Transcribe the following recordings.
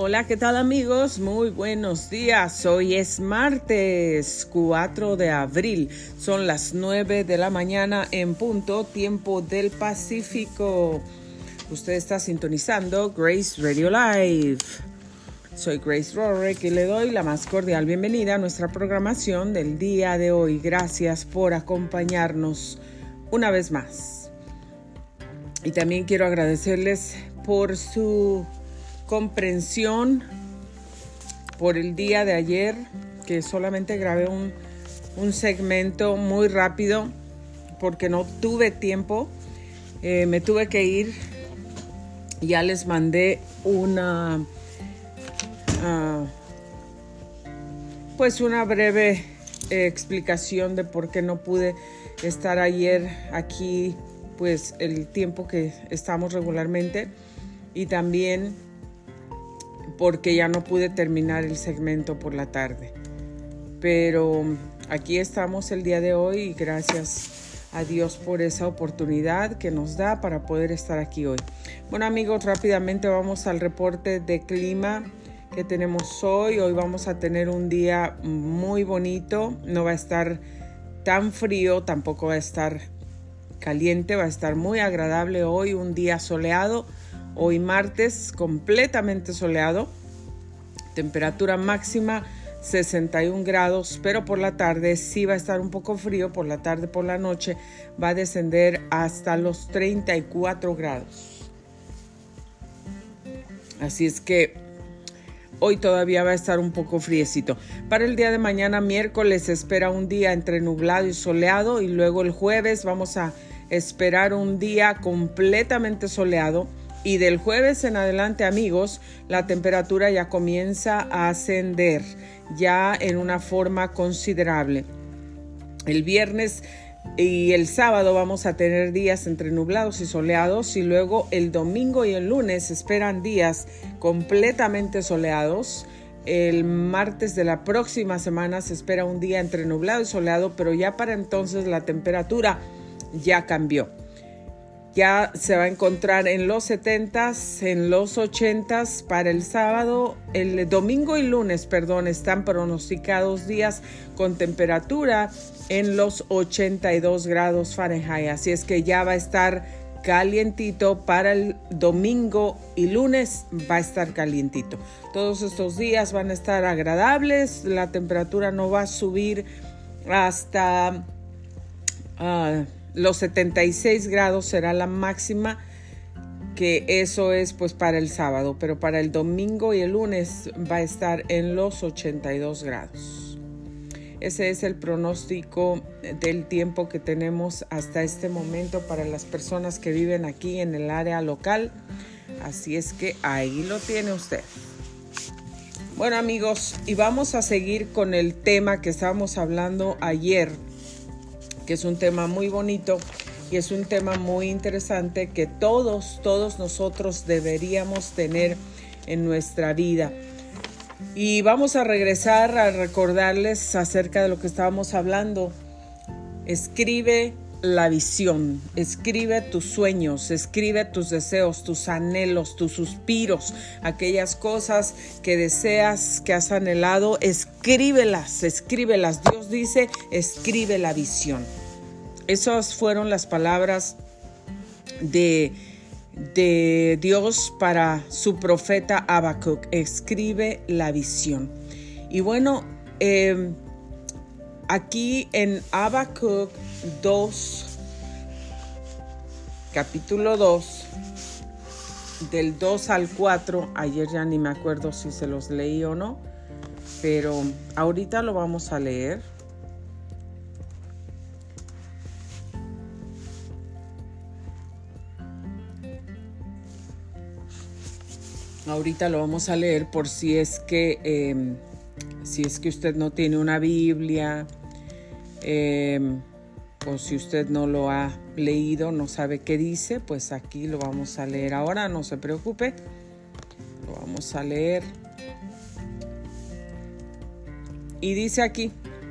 Hola, ¿qué tal amigos? Muy buenos días. Hoy es martes 4 de abril. Son las 9 de la mañana en punto, tiempo del Pacífico. Usted está sintonizando Grace Radio Live. Soy Grace Rorick y le doy la más cordial bienvenida a nuestra programación del día de hoy. Gracias por acompañarnos una vez más. Y también quiero agradecerles por su comprensión por el día de ayer, que solamente grabé un segmento muy rápido porque no tuve tiempo. Me tuve que ir. Ya les mandé una breve explicación de por qué no pude estar ayer aquí, pues el tiempo que estamos regularmente, y también porque ya no pude terminar el segmento por la tarde. Pero aquí estamos el día de hoy y gracias a Dios por esa oportunidad que nos da para poder estar aquí hoy. Bueno amigos, rápidamente vamos al reporte de clima que tenemos hoy. Hoy vamos a tener un día muy bonito. No va a estar tan frío, tampoco va a estar caliente, va a estar muy agradable hoy, un día soleado. Hoy martes completamente soleado, temperatura máxima 61 grados, pero por la tarde sí va a estar un poco frío. Por la tarde, por la noche va a descender hasta los 34 grados. Así es que hoy todavía va a estar un poco friecito. Para el día de mañana, miércoles, se espera un día entre nublado y soleado, y luego el jueves vamos a esperar un día completamente soleado. Y del jueves en adelante, amigos, la temperatura ya comienza a ascender ya en una forma considerable. El viernes y el sábado vamos a tener días entre nublados y soleados, y luego el domingo y el lunes se esperan días completamente soleados. El martes de la próxima semana se espera un día entre nublado y soleado, pero ya para entonces la temperatura ya cambió. Ya se va a encontrar en los 70s, en los 80s para el sábado. El domingo y lunes, están pronosticados días con temperatura en los 82 grados Fahrenheit. Así es que ya va a estar calientito para el domingo y lunes, va a estar calientito. Todos estos días van a estar agradables. La temperatura no va a subir hasta los 76 grados será la máxima, que eso es pues para el sábado, pero para el domingo y el lunes va a estar en los 82 grados. Ese es el pronóstico del tiempo que tenemos hasta este momento para las personas que viven aquí en el área local. Así es que ahí lo tiene usted. Bueno amigos, y vamos a seguir con el tema que estábamos hablando ayer, que es un tema muy bonito y es un tema muy interesante que todos nosotros deberíamos tener en nuestra vida. Y vamos a regresar a recordarles acerca de lo que estábamos hablando. Escribe la visión, escribe tus sueños, escribe tus deseos, tus anhelos, tus suspiros, aquellas cosas que deseas, que has anhelado, escríbelas. Dios dice, escribe la visión. Esas fueron las palabras de Dios para su profeta Habacuc. Escribe la visión. Y bueno, aquí en Habacuc 2, capítulo 2, del 2 al 4, ayer ya ni me acuerdo si se los leí o no, pero ahorita lo vamos a leer. Ahorita lo vamos a leer por si es que usted no tiene una Biblia, o si usted no lo ha leído, no sabe qué dice, pues aquí lo vamos a leer ahora, no se preocupe. Lo vamos a leer. Y dice aquí,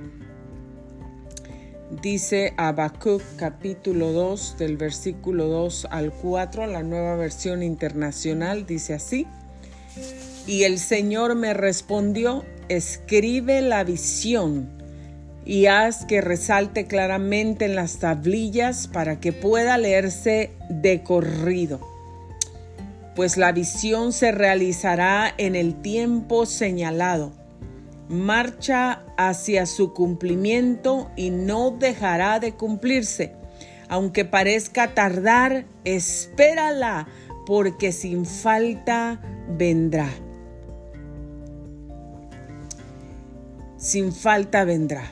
dice Habacuc capítulo 2 del versículo 2 al 4, la Nueva Versión Internacional, dice así: Y el Señor me respondió: escribe la visión y haz que resalte claramente en las tablillas para que pueda leerse de corrido. Pues la visión se realizará en el tiempo señalado. Marcha hacia su cumplimiento y no dejará de cumplirse. Aunque parezca tardar, espérala, porque sin falta vendrá. Sin falta vendrá.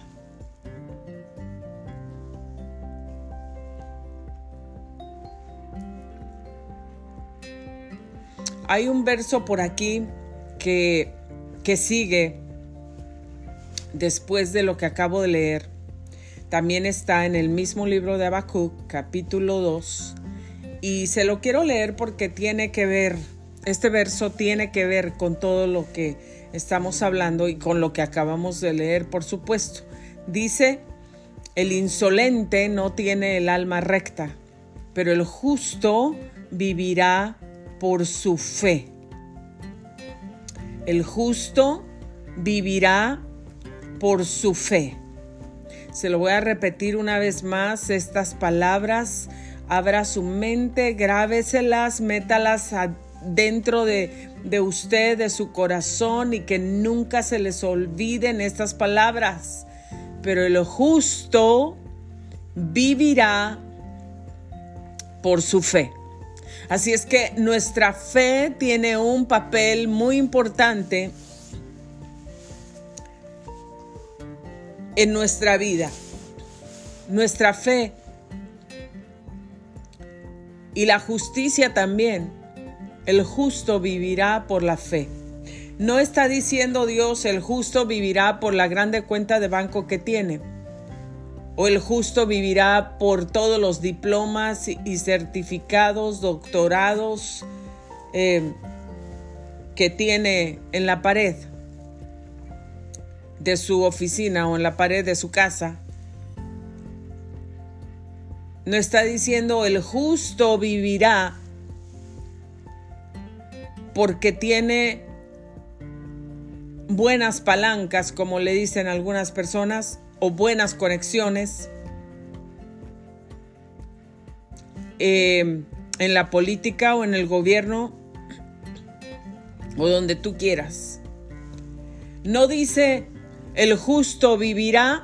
Hay un verso por aquí que sigue después de lo que acabo de leer. También está en el mismo libro de Habacuc, capítulo 2. Y se lo quiero leer porque tiene que ver, este verso tiene que ver con todo lo que estamos hablando y con lo que acabamos de leer, por supuesto. Dice: el insolente no tiene el alma recta, pero el justo vivirá por su fe. El justo vivirá por su fe. Se lo voy a repetir una vez más, estas palabras. Abra su mente, grábeselas, métalas dentro de usted, de su corazón, y que nunca se les olviden estas palabras. Pero el justo vivirá por su fe. Así es que nuestra fe tiene un papel muy importante en nuestra vida. Nuestra fe y la justicia también. El justo vivirá por la fe. No está diciendo Dios: el justo vivirá por la grande cuenta de banco que tiene, o el justo vivirá por todos los diplomas y certificados, doctorados que tiene en la pared de su oficina o en la pared de su casa. No está diciendo: el justo vivirá porque tiene buenas palancas, como le dicen algunas personas, o buenas conexiones en la política o en el gobierno o donde tú quieras. No dice: el justo vivirá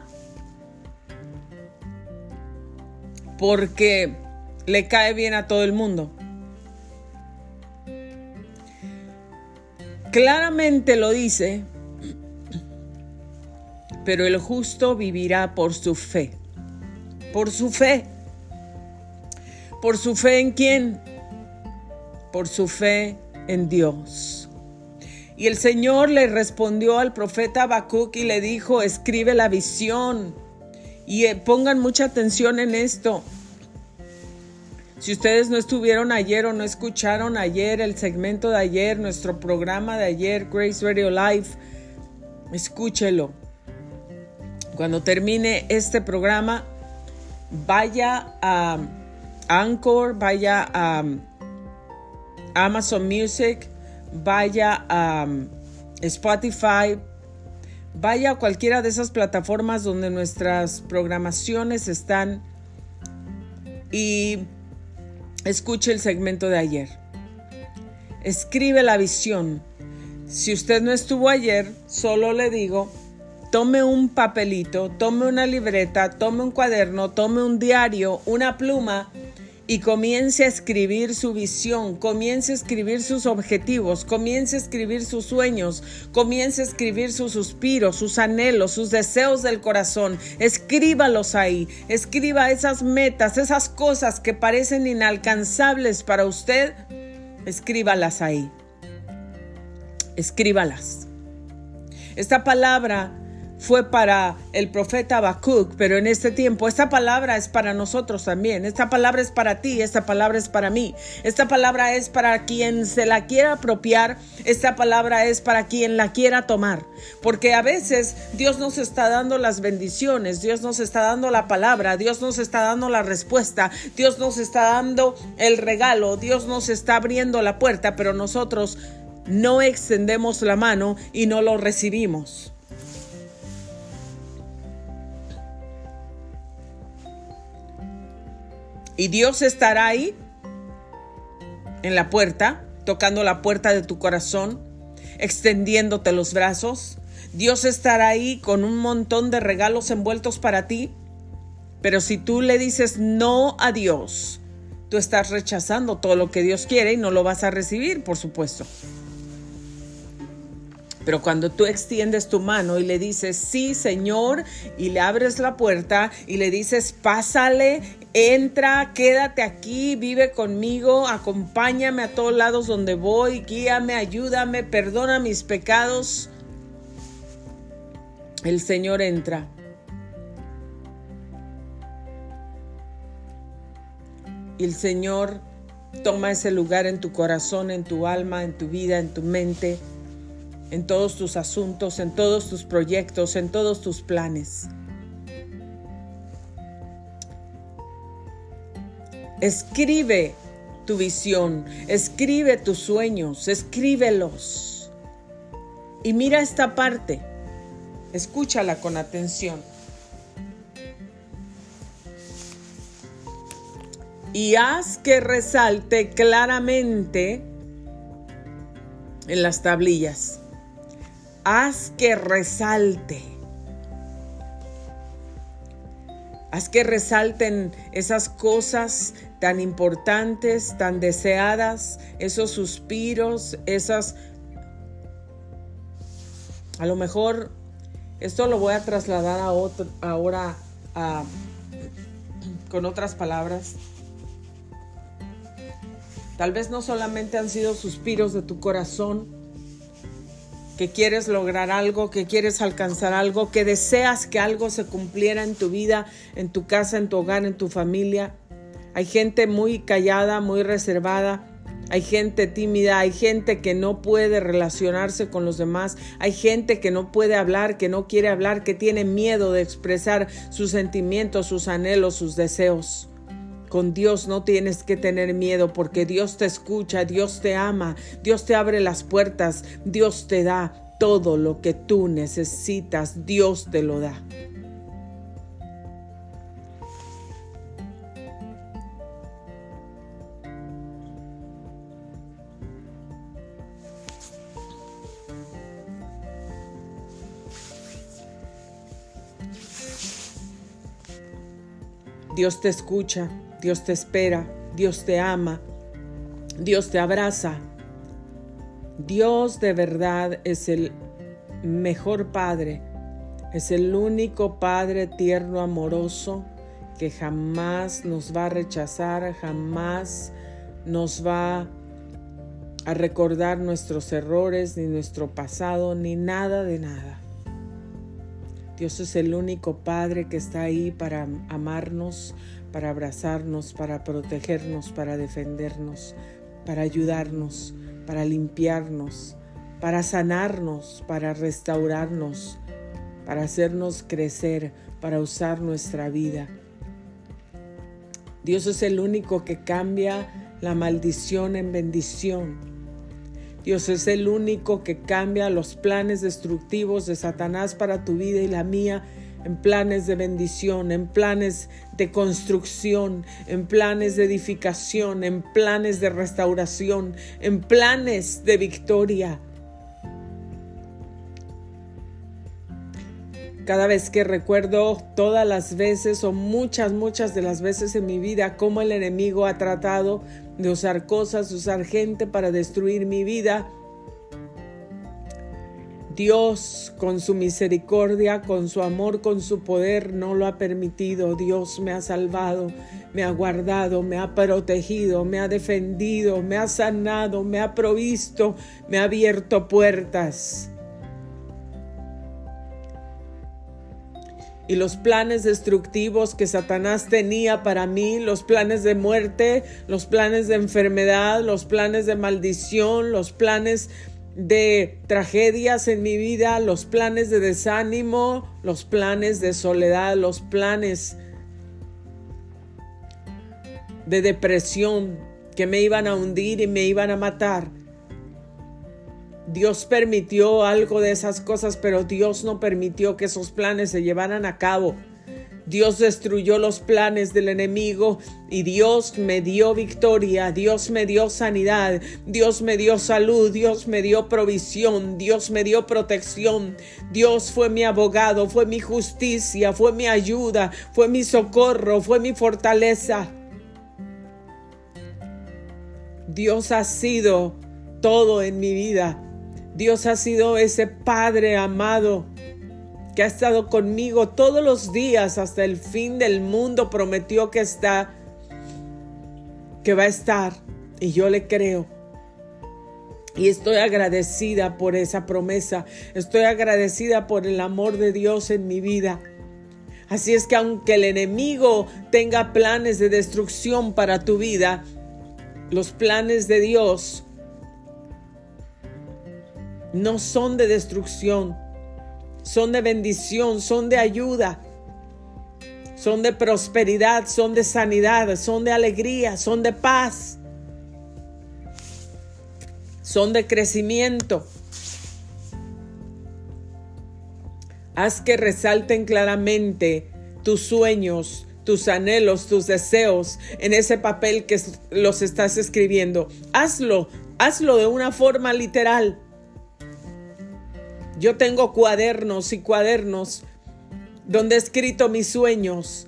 porque le cae bien a todo el mundo. Claramente lo dice: pero el justo vivirá por su fe. Por su fe. ¿Por su fe en quién? Por su fe en Dios. Y el Señor le respondió al profeta Habacuc y le dijo: escribe la visión. Y pongan mucha atención en esto. Si ustedes no estuvieron ayer o no escucharon ayer el segmento de ayer, nuestro programa de ayer, Grace Radio Live, escúchelo. Cuando termine este programa, vaya a Anchor, vaya a Amazon Music, vaya a Spotify, vaya a cualquiera de esas plataformas donde nuestras programaciones están y escuche el segmento de ayer. Escribe la visión. Si usted no estuvo ayer, solo le digo: tome un papelito, tome una libreta, tome un cuaderno, tome un diario, una pluma y comience a escribir su visión, comience a escribir sus objetivos, comience a escribir sus sueños, comience a escribir sus suspiros, sus anhelos, sus deseos del corazón. Escríbalos ahí, escriba esas metas, esas cosas que parecen inalcanzables para usted, escríbalas ahí. Escríbalas. Esta palabra fue para el profeta Habacuc, pero en este tiempo esta palabra es para nosotros también. Esta palabra es para ti, esta palabra es para mí. Esta palabra es para quien se la quiera apropiar, esta palabra es para quien la quiera tomar. Porque a veces Dios nos está dando las bendiciones, Dios nos está dando la palabra, Dios nos está dando la respuesta, Dios nos está dando el regalo, Dios nos está abriendo la puerta, pero nosotros no extendemos la mano y no lo recibimos. Y Dios estará ahí, en la puerta, tocando la puerta de tu corazón, extendiéndote los brazos. Dios estará ahí con un montón de regalos envueltos para ti. Pero si tú le dices no a Dios, tú estás rechazando todo lo que Dios quiere y no lo vas a recibir, por supuesto. Pero cuando tú extiendes tu mano y le dices, sí, Señor, y le abres la puerta y le dices, pásale, entra, quédate aquí, vive conmigo, acompáñame a todos lados donde voy, guíame, ayúdame, perdona mis pecados. El Señor entra. Y el Señor toma ese lugar en tu corazón, en tu alma, en tu vida, en tu mente, en todos tus asuntos, en todos tus proyectos, en todos tus planes. Escribe tu visión, escribe tus sueños, escríbelos. Y mira esta parte, escúchala con atención. Y haz que resalte claramente en las tablillas. Haz que resalte. Haz que resalten esas cosas tan importantes, tan deseadas, esos suspiros, esas... A lo mejor esto lo voy a trasladar ahora con otras palabras. Tal vez no solamente han sido suspiros de tu corazón, que quieres lograr algo, que quieres alcanzar algo, que deseas que algo se cumpliera en tu vida, en tu casa, en tu hogar, en tu familia. Hay gente muy callada, muy reservada. Hay gente tímida, hay gente que no puede relacionarse con los demás. Hay gente que no puede hablar, que no quiere hablar, que tiene miedo de expresar sus sentimientos, sus anhelos, sus deseos. Con Dios no tienes que tener miedo porque Dios te escucha, Dios te ama, Dios te abre las puertas, Dios te da todo lo que tú necesitas, Dios te lo da. Dios te escucha, Dios te espera, Dios te ama, Dios te abraza. Dios de verdad es el mejor Padre, es el único Padre tierno, amoroso, que jamás nos va a rechazar, jamás nos va a recordar nuestros errores, ni nuestro pasado, ni nada de nada. Dios es el único Padre que está ahí para amarnos, para abrazarnos, para protegernos, para defendernos, para ayudarnos, para limpiarnos, para sanarnos, para restaurarnos, para hacernos crecer, para usar nuestra vida. Dios es el único que cambia la maldición en bendición. Dios es el único que cambia los planes destructivos de Satanás para tu vida y la mía en planes de bendición, en planes de construcción, en planes de edificación, en planes de restauración, en planes de victoria. Cada vez que recuerdo todas las veces o muchas de las veces en mi vida cómo el enemigo ha tratado de usar cosas, usar gente para destruir mi vida, Dios con su misericordia, con su amor, con su poder no lo ha permitido. Dios me ha salvado, me ha guardado, me ha protegido, me ha defendido, me ha sanado, me ha provisto, me ha abierto puertas. Y los planes destructivos que Satanás tenía para mí, los planes de muerte, los planes de enfermedad, los planes de maldición, los planes de tragedias en mi vida, los planes de desánimo, los planes de soledad, los planes de depresión que me iban a hundir y me iban a matar. Dios permitió algo de esas cosas, pero Dios no permitió que esos planes se llevaran a cabo. Dios destruyó los planes del enemigo y Dios me dio victoria, Dios me dio sanidad, Dios me dio salud, Dios me dio provisión, Dios me dio protección. Dios fue mi abogado, fue mi justicia, fue mi ayuda, fue mi socorro, fue mi fortaleza. Dios ha sido todo en mi vida. Dios ha sido ese Padre amado que ha estado conmigo todos los días hasta el fin del mundo. Prometió que va a estar, y yo le creo. Y estoy agradecida por esa promesa. Estoy agradecida por el amor de Dios en mi vida. Así es que aunque el enemigo tenga planes de destrucción para tu vida, los planes de Dios no son de destrucción. Son de bendición, son de ayuda, son de prosperidad, son de sanidad, son de alegría, son de paz, son de crecimiento. Haz que resalten claramente tus sueños, tus anhelos, tus deseos en ese papel que los estás escribiendo. Hazlo de una forma literal. Yo tengo cuadernos y cuadernos donde he escrito mis sueños.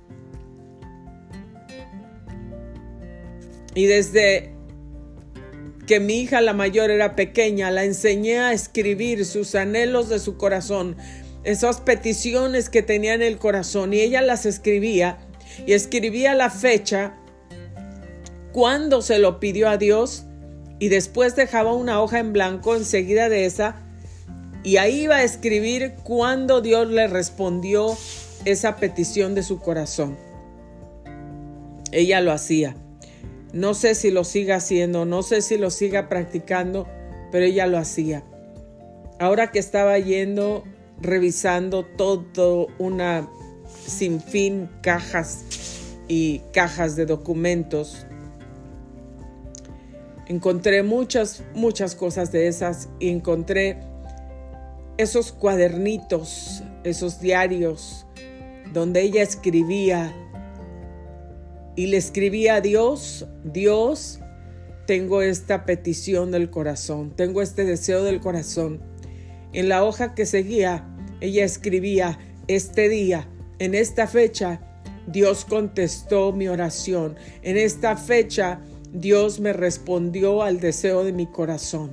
Y desde que mi hija la mayor era pequeña, la enseñé a escribir sus anhelos de su corazón, esas peticiones que tenía en el corazón, y ella las escribía, y escribía la fecha, cuando se lo pidió a Dios, y después dejaba una hoja en blanco enseguida de esa, y ahí iba a escribir cuando Dios le respondió esa petición de su corazón. Ella lo hacía. No sé si lo siga haciendo, no sé si lo siga practicando, pero ella lo hacía. Ahora que estaba revisando todo una sinfín cajas y cajas de documentos, encontré muchas cosas de esas, y encontré esos cuadernitos, esos diarios donde ella escribía y le escribía a Dios: Dios, tengo esta petición del corazón, tengo este deseo del corazón. En la hoja que seguía, ella escribía: este día, en esta fecha, Dios contestó mi oración. En esta fecha, Dios me respondió al deseo de mi corazón.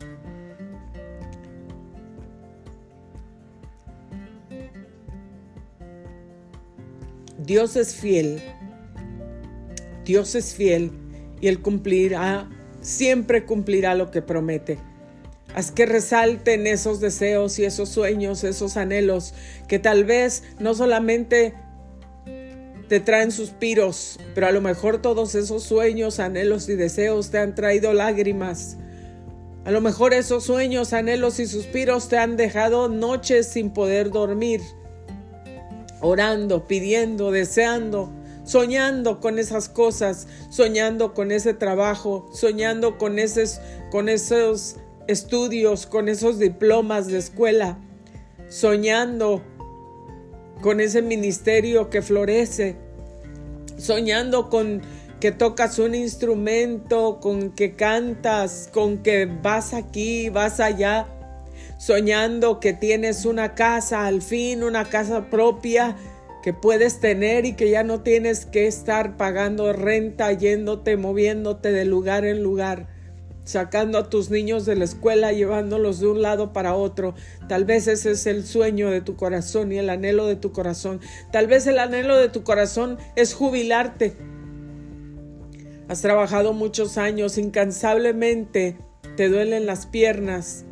Dios es fiel. Dios es fiel y Él siempre cumplirá lo que promete. Haz que resalten esos deseos y esos sueños, esos anhelos que tal vez no solamente te traen suspiros, pero a lo mejor todos esos sueños, anhelos y deseos te han traído lágrimas. A lo mejor esos sueños, anhelos y suspiros te han dejado noches sin poder dormir, orando, pidiendo, deseando, soñando con esas cosas, soñando con ese trabajo, soñando con esos estudios, con esos diplomas de escuela, soñando con ese ministerio que florece, soñando con que tocas un instrumento, con que cantas, con que vas aquí, vas allá, soñando que tienes una casa, al fin una casa propia que puedes tener y que ya no tienes que estar pagando renta, yéndote, moviéndote de lugar en lugar, sacando a tus niños de la escuela, llevándolos de un lado para otro. Tal vez ese es el sueño de tu corazón y el anhelo de tu corazón. Tal vez el anhelo de tu corazón es jubilarte. Has trabajado muchos años incansablemente, te duelen las piernas,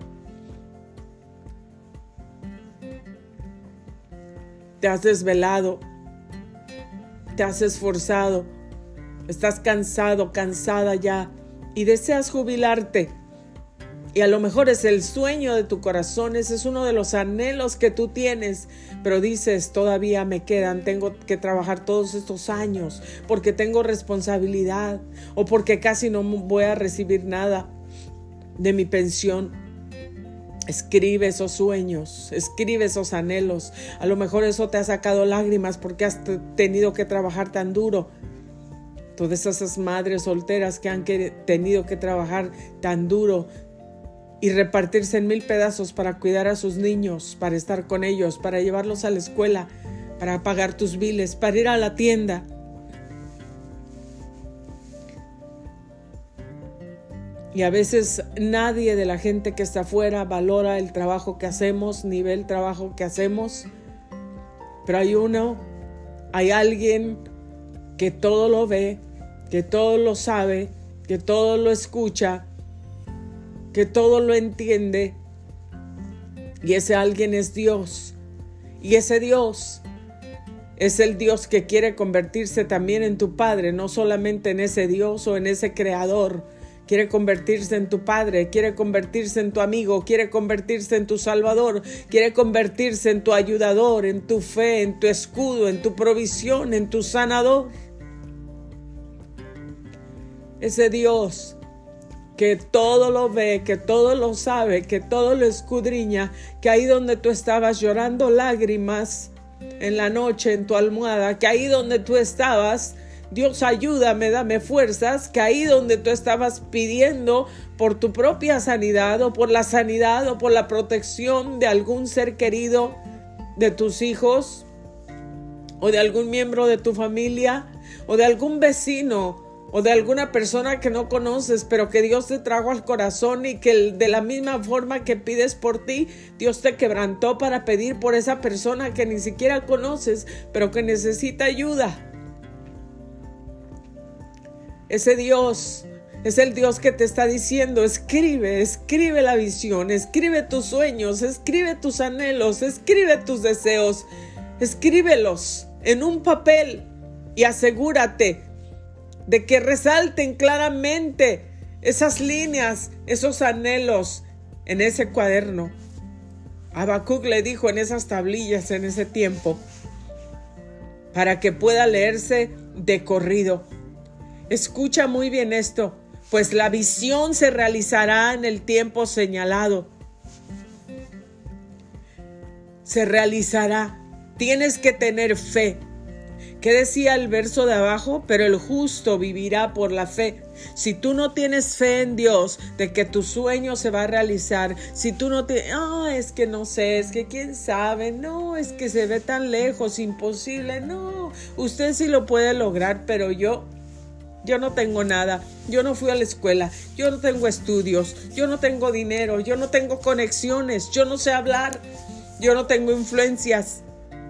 te has desvelado, te has esforzado, estás cansado, cansada ya y deseas jubilarte. Y a lo mejor es el sueño de tu corazón, ese es uno de los anhelos que tú tienes, pero dices: todavía me quedan, tengo que trabajar todos estos años porque tengo responsabilidad o porque casi no voy a recibir nada de mi pensión. Escribe esos sueños, escribe esos anhelos. A lo mejor eso te ha sacado lágrimas porque has tenido que trabajar tan duro. Todas esas madres solteras que han tenido que trabajar tan duro y repartirse en 1000 pedazos para cuidar a sus niños, para estar con ellos, para llevarlos a la escuela, para pagar tus biles, para ir a la tienda. Y a veces nadie de la gente que está afuera valora el trabajo que hacemos, ni ve el trabajo que hacemos. Pero hay alguien que todo lo ve, que todo lo sabe, que todo lo escucha, que todo lo entiende. Y ese alguien es Dios. Y ese Dios es el Dios que quiere convertirse también en tu Padre, no solamente en ese Dios o en ese Creador. Quiere convertirse en tu Padre, quiere convertirse en tu amigo, quiere convertirse en tu Salvador, quiere convertirse en tu ayudador, en tu fe, en tu escudo, en tu provisión, en tu sanador. Ese Dios que todo lo ve, que todo lo sabe, que todo lo escudriña, que ahí donde tú estabas llorando lágrimas en la noche en tu almohada, que ahí donde tú estabas, Dios, ayúdame, dame fuerzas, que ahí donde tú estabas pidiendo por tu propia sanidad o por la sanidad o por la protección de algún ser querido de tus hijos o de algún miembro de tu familia o de algún vecino o de alguna persona que no conoces, pero que Dios te trajo al corazón y que de la misma forma que pides por ti, Dios te quebrantó para pedir por esa persona que ni siquiera conoces, pero que necesita ayuda. Ese Dios es el Dios que te está diciendo, escribe la visión, escribe tus sueños, escribe tus anhelos, escribe tus deseos, escríbelos en un papel y asegúrate de que resalten claramente esas líneas, esos anhelos en ese cuaderno. Habacuc le dijo en esas tablillas en ese tiempo, para que pueda leerse de corrido. Escucha muy bien esto, pues la visión se realizará en el tiempo señalado. Se realizará. Tienes que tener fe. ¿Qué decía el verso de abajo? Pero el justo vivirá por la fe. Si tú no tienes fe en Dios de que tu sueño se va a realizar, si tú no tienes, es que no sé, es que quién sabe, no, es que se ve tan lejos, imposible, no, usted sí lo puede lograr, pero yo no tengo nada, yo no fui a la escuela, yo no tengo estudios, yo no tengo dinero, yo no tengo conexiones, yo no sé hablar, yo no tengo influencias.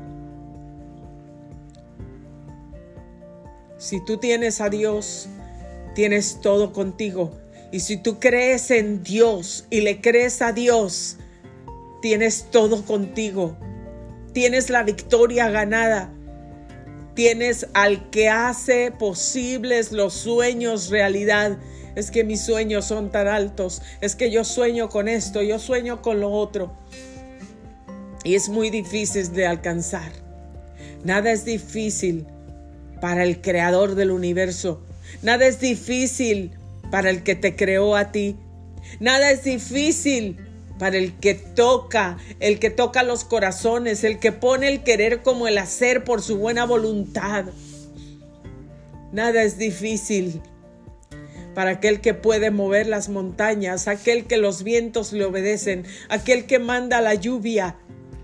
Si tú tienes a Dios, tienes todo contigo. Y si tú crees en Dios y le crees a Dios, tienes todo contigo. Tienes la victoria ganada. Tienes al que hace posibles los sueños realidad. Es que mis sueños son tan altos. Es que yo sueño con esto, yo sueño con lo otro. Y es muy difícil de alcanzar. Nada es difícil para el creador del universo. Nada es difícil para el que te creó a ti. Nada es difícil para el que toca los corazones, el que pone el querer como el hacer por su buena voluntad. Nada es difícil para aquel que puede mover las montañas, aquel que los vientos le obedecen, aquel que manda la lluvia,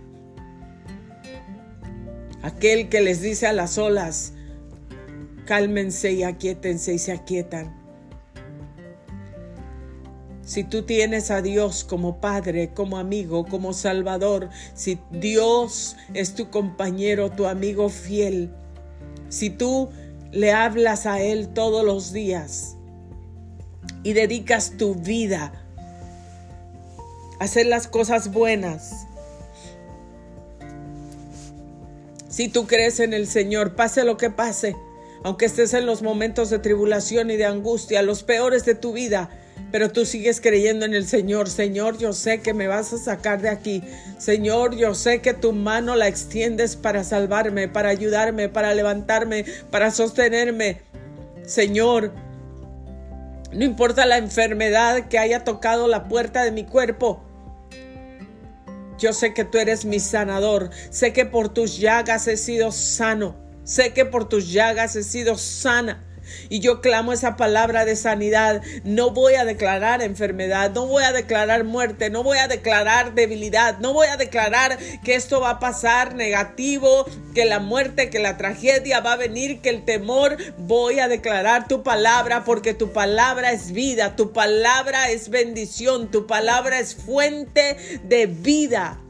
aquel que les dice a las olas, cálmense y aquíétense y se aquietan. Si tú tienes a Dios como Padre, como amigo, como Salvador, si Dios es tu compañero, tu amigo fiel, si tú le hablas a Él todos los días y dedicas tu vida a hacer las cosas buenas, si tú crees en el Señor, pase lo que pase, aunque estés en los momentos de tribulación y de angustia, los peores de tu vida, pero tú sigues creyendo en el Señor. Señor, yo sé que me vas a sacar de aquí. Señor, yo sé que tu mano la extiendes para salvarme, para ayudarme, para levantarme, para sostenerme. Señor, no importa la enfermedad que haya tocado la puerta de mi cuerpo, Yo sé que tú eres mi sanador. Sé que por tus llagas he sido sano. Sé que por tus llagas he sido sana. Y yo clamo esa palabra de sanidad. No voy a declarar enfermedad, no voy a declarar muerte, no voy a declarar debilidad, no voy a declarar que esto va a pasar negativo, que la muerte, que la tragedia va a venir, que el temor. Voy a declarar tu palabra, porque tu palabra es vida, tu palabra es bendición, tu palabra es fuente de vida.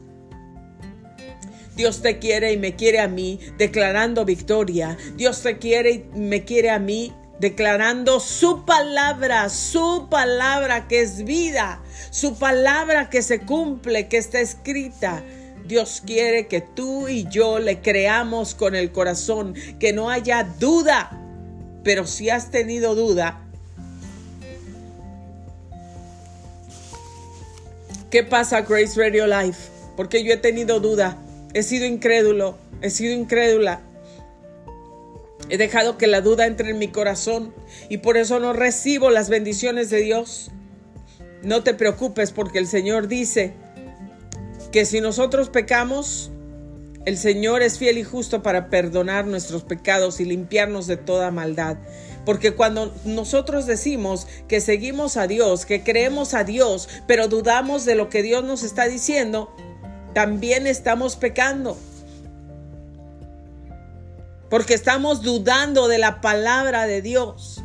Dios te quiere y me quiere a mí declarando victoria. Dios te quiere y me quiere a mí declarando su palabra que es vida, su palabra que se cumple, que está escrita. Dios quiere que tú y yo le creamos con el corazón, que no haya duda. Pero si has tenido duda, ¿qué pasa, Grace Radio Live? Porque yo he tenido duda. He sido incrédulo, he sido incrédula. He dejado que la duda entre en mi corazón y por eso no recibo las bendiciones de Dios. No te preocupes, porque el Señor dice que si nosotros pecamos, el Señor es fiel y justo para perdonar nuestros pecados y limpiarnos de toda maldad. Porque cuando nosotros decimos que seguimos a Dios, que creemos a Dios, pero dudamos de lo que Dios nos está diciendo, también estamos pecando, porque estamos dudando de la palabra de Dios.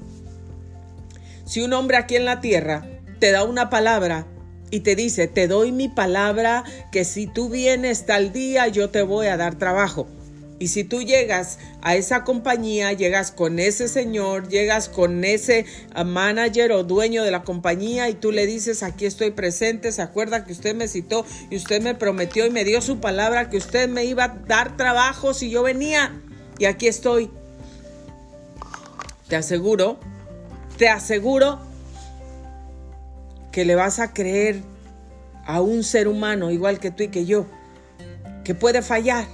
Si un hombre aquí en la tierra te da una palabra y te dice: te doy mi palabra que si tú vienes tal día yo te voy a dar trabajo, y si tú llegas a esa compañía, llegas con ese señor, llegas con ese manager o dueño de la compañía y tú le dices: aquí estoy presente, se acuerda que usted me citó y usted me prometió y me dio su palabra que usted me iba a dar trabajo si yo venía, y aquí estoy. Te aseguro que le vas a creer a un ser humano igual que tú y que yo, que puede fallar.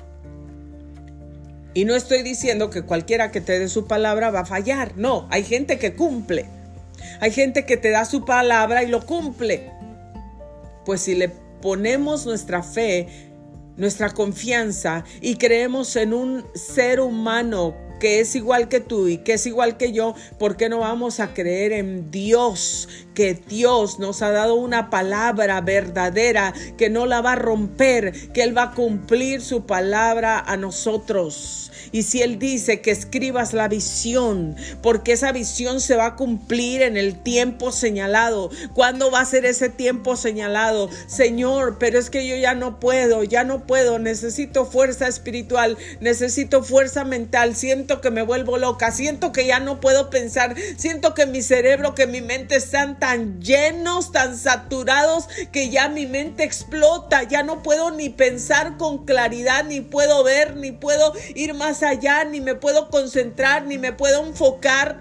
Y no estoy diciendo que cualquiera que te dé su palabra va a fallar. No, hay gente que cumple. Hay gente que te da su palabra y lo cumple. Pues si le ponemos nuestra fe, nuestra confianza y creemos en un ser humano que es igual que tú y que es igual que yo, ¿por qué no vamos a creer en Dios? Que Dios nos ha dado una palabra verdadera, que no la va a romper, que Él va a cumplir su palabra a nosotros. Y si Él dice que escribas la visión, porque esa visión se va a cumplir en el tiempo señalado. ¿Cuándo va a ser ese tiempo señalado? Señor, pero es que yo ya no puedo, necesito fuerza espiritual, necesito fuerza mental, siento que me vuelvo loca, siento que ya no puedo pensar, siento que mi cerebro, que mi mente están tan llenos, tan saturados, que ya mi mente explota, ya no puedo ni pensar con claridad, ni puedo ver, ni puedo ir más allá, ni me puedo concentrar, ni me puedo enfocar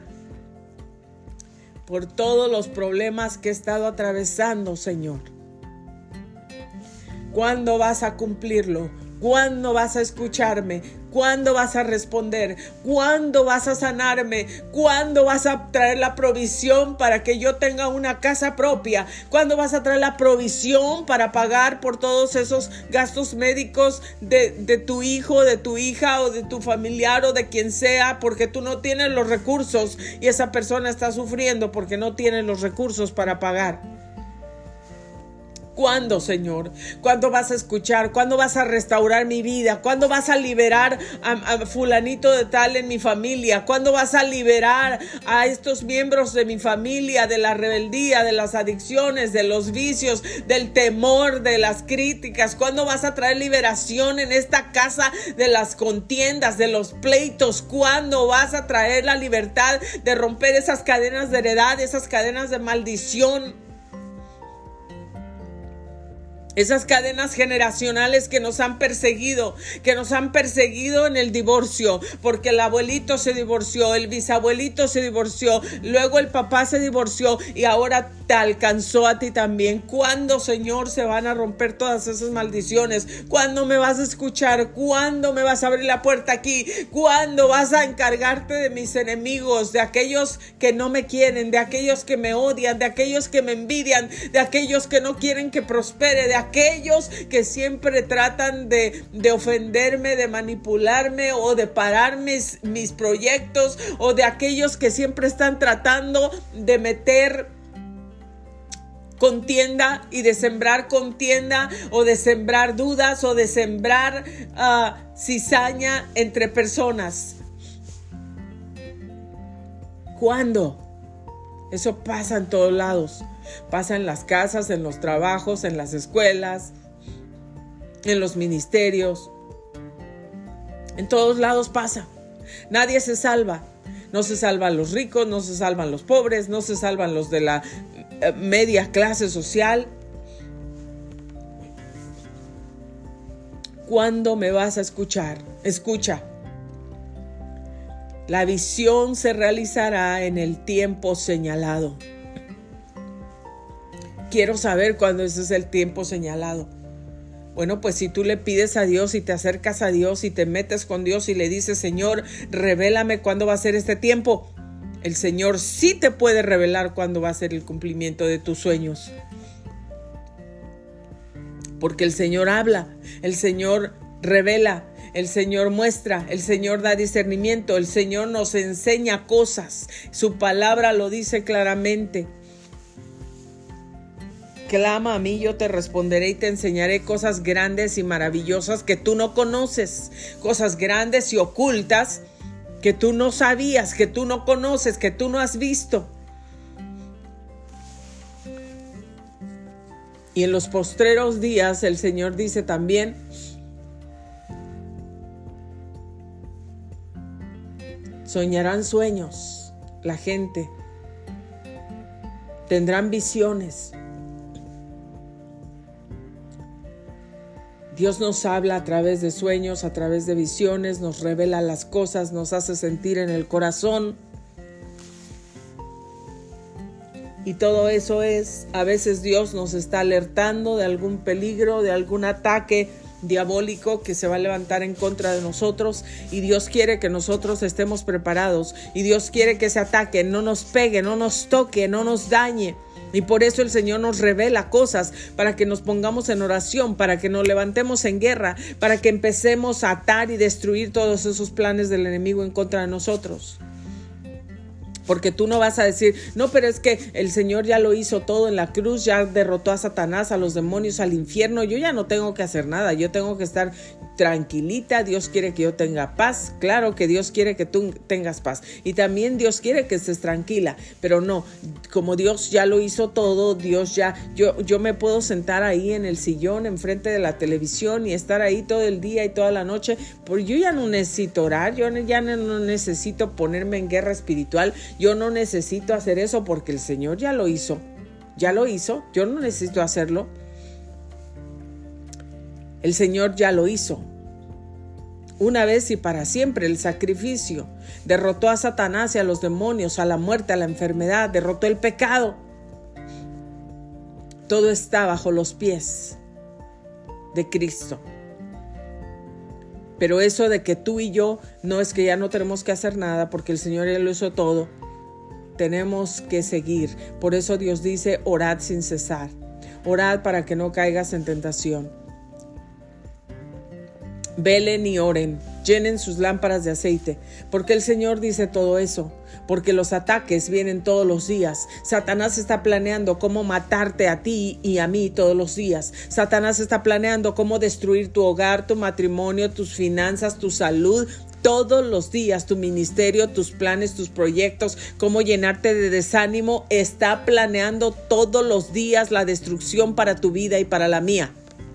por todos los problemas que he estado atravesando, Señor. ¿Cuándo vas a cumplirlo? ¿Cuándo vas a escucharme? ¿Cuándo vas a responder? ¿Cuándo vas a sanarme? ¿Cuándo vas a traer la provisión para que yo tenga una casa propia? ¿Cuándo vas a traer la provisión para pagar por todos esos gastos médicos de tu hijo, de tu hija o de tu familiar o de quien sea? Porque tú no tienes los recursos y esa persona está sufriendo porque no tiene los recursos para pagar. ¿Cuándo, Señor? ¿Cuándo vas a escuchar? ¿Cuándo vas a restaurar mi vida? ¿Cuándo vas a liberar a fulanito de tal en mi familia? ¿Cuándo vas a liberar a estos miembros de mi familia de la rebeldía, de las adicciones, de los vicios, del temor, de las críticas? ¿Cuándo vas a traer liberación en esta casa de las contiendas, de los pleitos? ¿Cuándo vas a traer la libertad de romper esas cadenas de heredad, esas cadenas de maldición? Esas cadenas generacionales que nos han perseguido en el divorcio, porque el abuelito se divorció, el bisabuelito se divorció, luego el papá se divorció y ahora te alcanzó a ti también. ¿Cuándo, Señor, se van a romper todas esas maldiciones? ¿Cuándo me vas a escuchar? ¿Cuándo me vas a abrir la puerta aquí? ¿Cuándo vas a encargarte de mis enemigos, de aquellos que no me quieren, de aquellos que me odian, de aquellos que me envidian, de aquellos que no quieren que prospere, de aquellos que siempre tratan de ofenderme, de manipularme o de parar mis proyectos, o de aquellos que siempre están tratando de meter contienda y de sembrar contienda, o de sembrar dudas, o de sembrar cizaña entre personas. ¿Cuándo? Eso pasa en todos lados. Pasa en las casas, en los trabajos, en las escuelas, en los ministerios. En todos lados pasa. Nadie se salva. No se salvan los ricos, no se salvan los pobres, no se salvan los de la media clase social. ¿Cuándo me vas a escuchar? Escucha. La visión se realizará en el tiempo señalado. Quiero saber cuándo ese es el tiempo señalado. Bueno, pues si tú le pides a Dios y te acercas a Dios y te metes con Dios y le dices, Señor, revélame cuándo va a ser este tiempo, el Señor sí te puede revelar cuándo va a ser el cumplimiento de tus sueños. Porque el Señor habla, el Señor revela, el Señor muestra, el Señor da discernimiento, el Señor nos enseña cosas. Su palabra lo dice claramente. Clama a mí, yo te responderé y te enseñaré cosas grandes y maravillosas que tú no conoces, cosas grandes y ocultas que tú no sabías, que tú no conoces, que tú no has visto. Y en los postreros días el Señor dice también, soñarán sueños la gente, tendrán visiones. Dios nos habla a través de sueños, a través de visiones, nos revela las cosas, nos hace sentir en el corazón. Y todo eso a veces Dios nos está alertando de algún peligro, de algún ataque diabólico que se va a levantar en contra de nosotros, y Dios quiere que nosotros estemos preparados, y Dios quiere que ese ataque no nos pegue, no nos toque, no nos dañe. Y por eso el Señor nos revela cosas, para que nos pongamos en oración, para que nos levantemos en guerra, para que empecemos a atar y destruir todos esos planes del enemigo en contra de nosotros. Porque tú no vas a decir, no, pero es que el Señor ya lo hizo todo en la cruz, ya derrotó a Satanás, a los demonios, al infierno, yo ya no tengo que hacer nada, yo tengo que estar tranquilita. Dios quiere que yo tenga paz, claro que Dios quiere que tú tengas paz, y también Dios quiere que estés tranquila, pero no, como Dios ya lo hizo todo, Dios ya, yo me puedo sentar ahí en el sillón enfrente de la televisión y estar ahí todo el día y toda la noche, porque yo ya no necesito orar, yo ya no necesito ponerme en guerra espiritual, yo no necesito hacer eso porque el Señor ya lo hizo, yo no necesito hacerlo. El Señor ya lo hizo. Una vez y para siempre el sacrificio. Derrotó a Satanás y a los demonios, a la muerte, a la enfermedad. Derrotó el pecado. Todo está bajo los pies de Cristo. Pero eso de que tú y yo, no es que ya no tenemos que hacer nada porque el Señor ya lo hizo todo. Tenemos que seguir. Por eso Dios dice, orad sin cesar. Orad para que no caigas en tentación. Velen y oren, llenen sus lámparas de aceite, porque el Señor dice todo eso, porque los ataques vienen todos los días. Satanás está planeando cómo matarte a ti y a mí todos los días. Satanás está planeando cómo destruir tu hogar, tu matrimonio, tus finanzas, tu salud, todos los días, tu ministerio, tus planes, tus proyectos, cómo llenarte de desánimo. Está planeando todos los días la destrucción para tu vida y para la mía.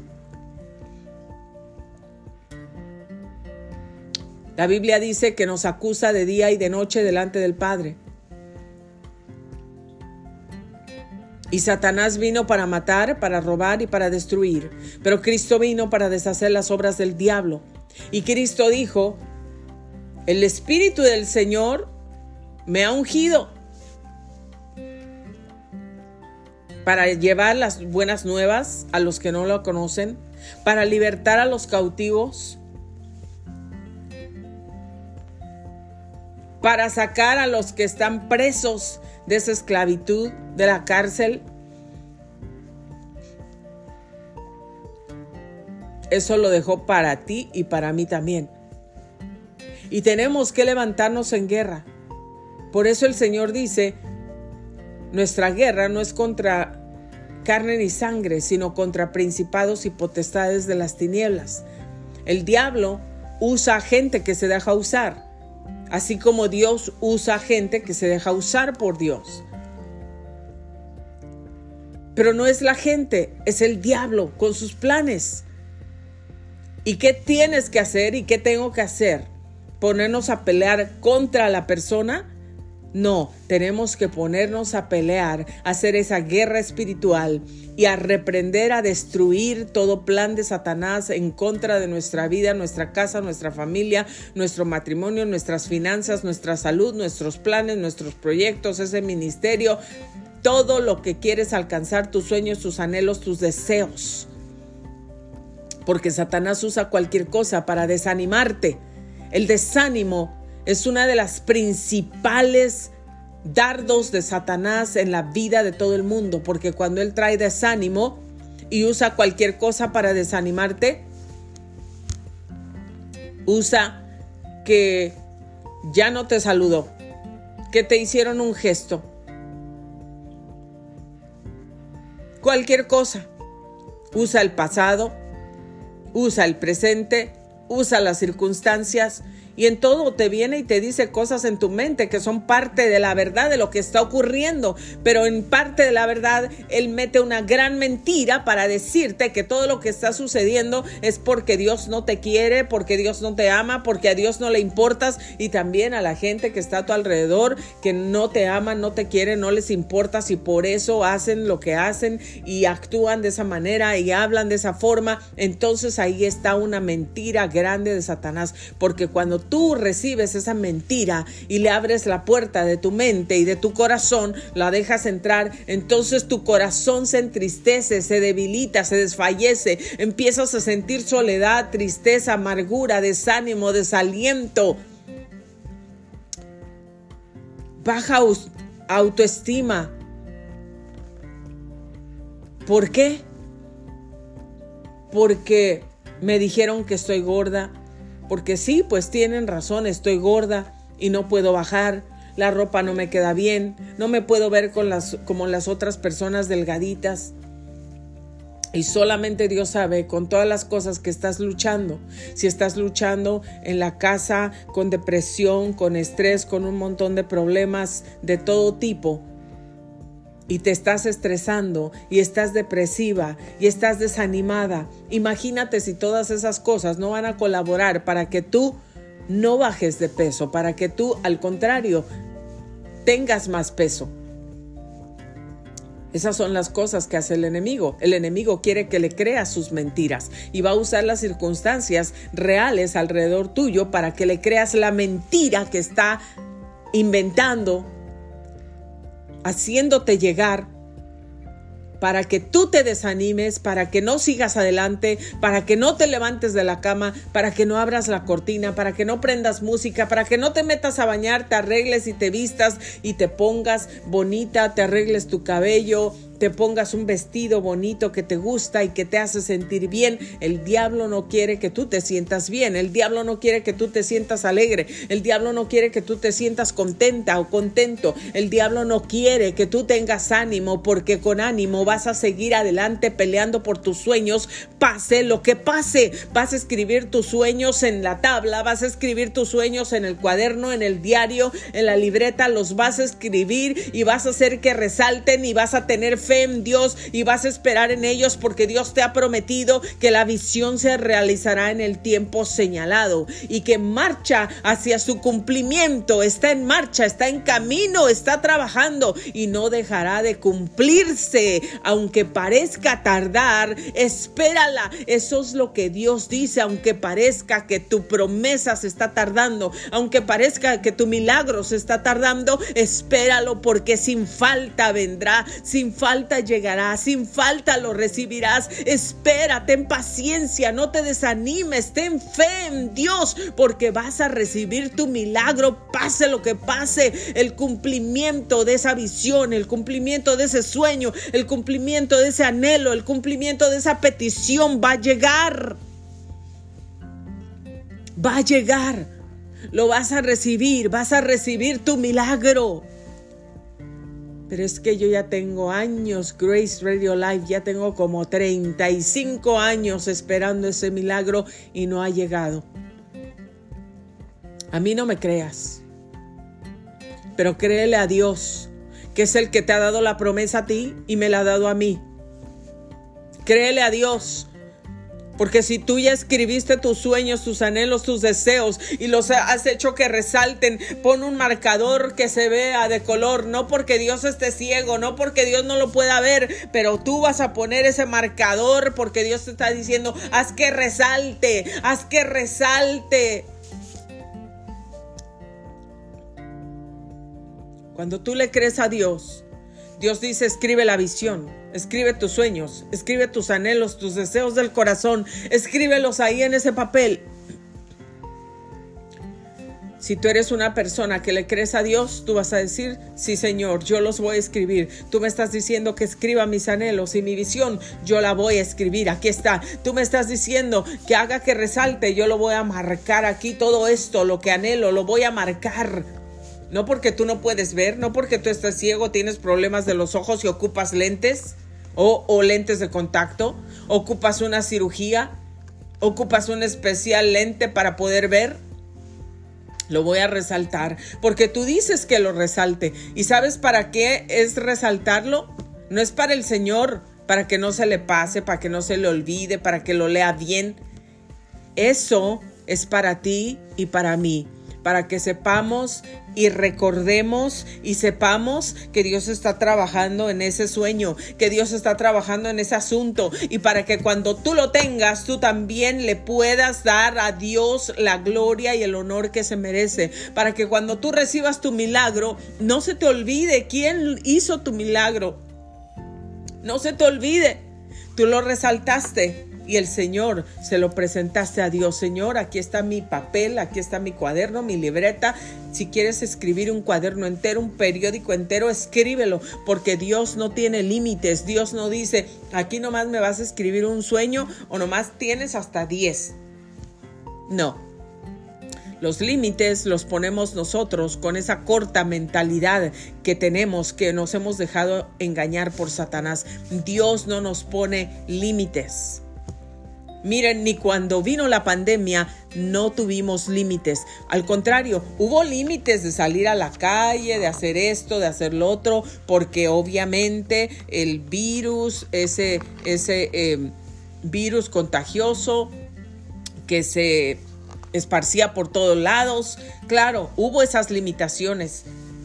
La Biblia dice que nos acusa de día y de noche delante del Padre. Y Satanás vino para matar, para robar y para destruir. Pero Cristo vino para deshacer las obras del diablo. Y Cristo dijo, el Espíritu del Señor me ha ungido para llevar las buenas nuevas a los que no lo conocen, para libertar a los cautivos, para sacar a los que están presos de esa esclavitud, de la cárcel. Eso lo dejó para ti y para mí también. Y tenemos que levantarnos en guerra. Por eso el Señor dice, nuestra guerra no es contra carne ni sangre, sino contra principados y potestades de las tinieblas. El diablo usa gente que se deja usar, así como Dios usa gente que se deja usar por Dios. Pero no es la gente, es el diablo con sus planes. ¿Y qué tienes que hacer y qué tengo que hacer? ¿Ponernos a pelear contra la persona? No, tenemos que ponernos a pelear, a hacer esa guerra espiritual y a reprender, a destruir todo plan de Satanás en contra de nuestra vida, nuestra casa, nuestra familia, nuestro matrimonio, nuestras finanzas, nuestra salud, nuestros planes, nuestros proyectos, ese ministerio, todo lo que quieres alcanzar, tus sueños, tus anhelos, tus deseos. Porque Satanás usa cualquier cosa para desanimarte. El desánimo es una de las principales dardos de Satanás en la vida de todo el mundo, porque cuando él trae desánimo y usa cualquier cosa para desanimarte, usa que ya no te saludó, que te hicieron un gesto, cualquier cosa. Usa el pasado, usa el presente, usa las circunstancias. Y en todo te viene y te dice cosas en tu mente que son parte de la verdad de lo que está ocurriendo. Pero en parte de la verdad, él mete una gran mentira para decirte que todo lo que está sucediendo es porque Dios no te quiere, porque Dios no te ama, porque a Dios no le importas. Y también a la gente que está a tu alrededor, que no te ama, no te quiere, no les importas. Y por eso hacen lo que hacen y actúan de esa manera y hablan de esa forma. Entonces ahí está una mentira grande de Satanás. Porque cuando tú recibes esa mentira y le abres la puerta de tu mente y de tu corazón, la dejas entrar, entonces tu corazón se entristece, se debilita, se desfallece, empiezas a sentir soledad, tristeza, amargura, desánimo, desaliento, baja autoestima. ¿Por qué? Porque me dijeron que estoy gorda. Porque sí, pues tienen razón, estoy gorda y no puedo bajar, la ropa no me queda bien, no me puedo ver como las otras personas delgaditas. Y solamente Dios sabe con todas las cosas que estás luchando. Si estás luchando en la casa con depresión, con estrés, con un montón de problemas de todo tipo, y te estás estresando y estás depresiva y estás desanimada, imagínate si todas esas cosas no van a colaborar para que tú no bajes de peso, para que tú, al contrario, tengas más peso. Esas son las cosas que hace el enemigo. El enemigo quiere que le creas sus mentiras y va a usar las circunstancias reales alrededor tuyo para que le creas la mentira que está inventando, haciéndote llegar para que tú te desanimes, para que no sigas adelante, para que no te levantes de la cama, para que no abras la cortina, para que no prendas música, para que no te metas a bañar, te arregles y te vistas y te pongas bonita, te arregles tu cabello, te pongas un vestido bonito que te gusta y que te hace sentir bien. El diablo no quiere que tú te sientas bien. El diablo no quiere que tú te sientas alegre. El diablo no quiere que tú te sientas contenta o contento. El diablo no quiere que tú tengas ánimo, porque con ánimo vas a seguir adelante peleando por tus sueños, pase lo que pase. Vas a escribir tus sueños en la tabla, vas a escribir tus sueños en el cuaderno, en el diario, en la libreta, los vas a escribir y vas a hacer que resalten y vas a tener fe en Dios y vas a esperar en ellos, porque Dios te ha prometido que la visión se realizará en el tiempo señalado y que marcha hacia su cumplimiento, está en marcha, está en camino, está trabajando y no dejará de cumplirse. Aunque parezca tardar, espérala. Eso es lo que Dios dice. Aunque parezca que tu promesa se está tardando, aunque parezca que tu milagro se está tardando, espéralo, porque sin falta vendrá, sin falta llegará, sin falta lo recibirás. Espera, ten paciencia, no te desanimes, ten fe en Dios, porque vas a recibir tu milagro, pase lo que pase. El cumplimiento de esa visión, el cumplimiento de ese sueño, el cumplimiento de ese anhelo, el cumplimiento de esa petición va a llegar. Va a llegar, lo vas a recibir tu milagro. Pero es que yo ya tengo años, Grace Radio Live, ya tengo como 35 años esperando ese milagro y no ha llegado. A mí no me creas, pero créele a Dios, que es el que te ha dado la promesa a ti y me la ha dado a mí. Créele a Dios, porque si tú ya escribiste tus sueños, tus anhelos, tus deseos y los has hecho que resalten, pon un marcador que se vea de color, no porque Dios esté ciego, no porque Dios no lo pueda ver, pero tú vas a poner ese marcador porque Dios te está diciendo, haz que resalte, haz que resalte. Cuando tú le crees a Dios, Dios dice, escribe la visión, escribe tus sueños, escribe tus anhelos, tus deseos del corazón, escríbelos ahí en ese papel. Si tú eres una persona que le crees a Dios, tú vas a decir, sí Señor, yo los voy a escribir. Tú me estás diciendo que escriba mis anhelos y mi visión, yo la voy a escribir, aquí está. Tú me estás diciendo que haga que resalte, yo lo voy a marcar aquí, todo esto, lo que anhelo, lo voy a marcar. No porque tú no puedes ver, no porque tú estás ciego, tienes problemas de los ojos y ocupas lentes o lentes de contacto, ocupas una cirugía, ocupas un especial lente para poder ver. Lo voy a resaltar porque tú dices que lo resalte. ¿Y sabes para qué es resaltarlo? No es para el Señor, para que no se le pase, para que no se le olvide, para que lo lea bien. Eso es para ti y para mí, para que sepamos y recordemos y sepamos que Dios está trabajando en ese sueño, que Dios está trabajando en ese asunto, y para que cuando tú lo tengas, tú también le puedas dar a Dios la gloria y el honor que se merece, para que cuando tú recibas tu milagro, no se te olvide quién hizo tu milagro, no se te olvide, tú lo resaltaste. Y el Señor se lo presentaste a Dios. Señor, aquí está mi papel, aquí está mi cuaderno, mi libreta. Si quieres escribir un cuaderno entero, un periódico entero, escríbelo, porque Dios no tiene límites. Dios no dice, aquí nomás me vas a escribir un sueño o nomás tienes hasta 10. No. Los límites los ponemos nosotros con esa corta mentalidad que tenemos, que nos hemos dejado engañar por Satanás. Dios no nos pone límites. Miren, ni cuando vino la pandemia no tuvimos límites. Al contrario, hubo límites de salir a la calle, de hacer esto, de hacer lo otro, porque obviamente el virus, ese virus contagioso que se esparcía por todos lados, claro, hubo esas limitaciones.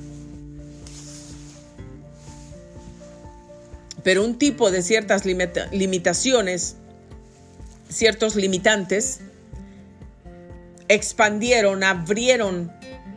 Pero un tipo de ciertas limitaciones, ciertos limitantes, expandieron, abrieron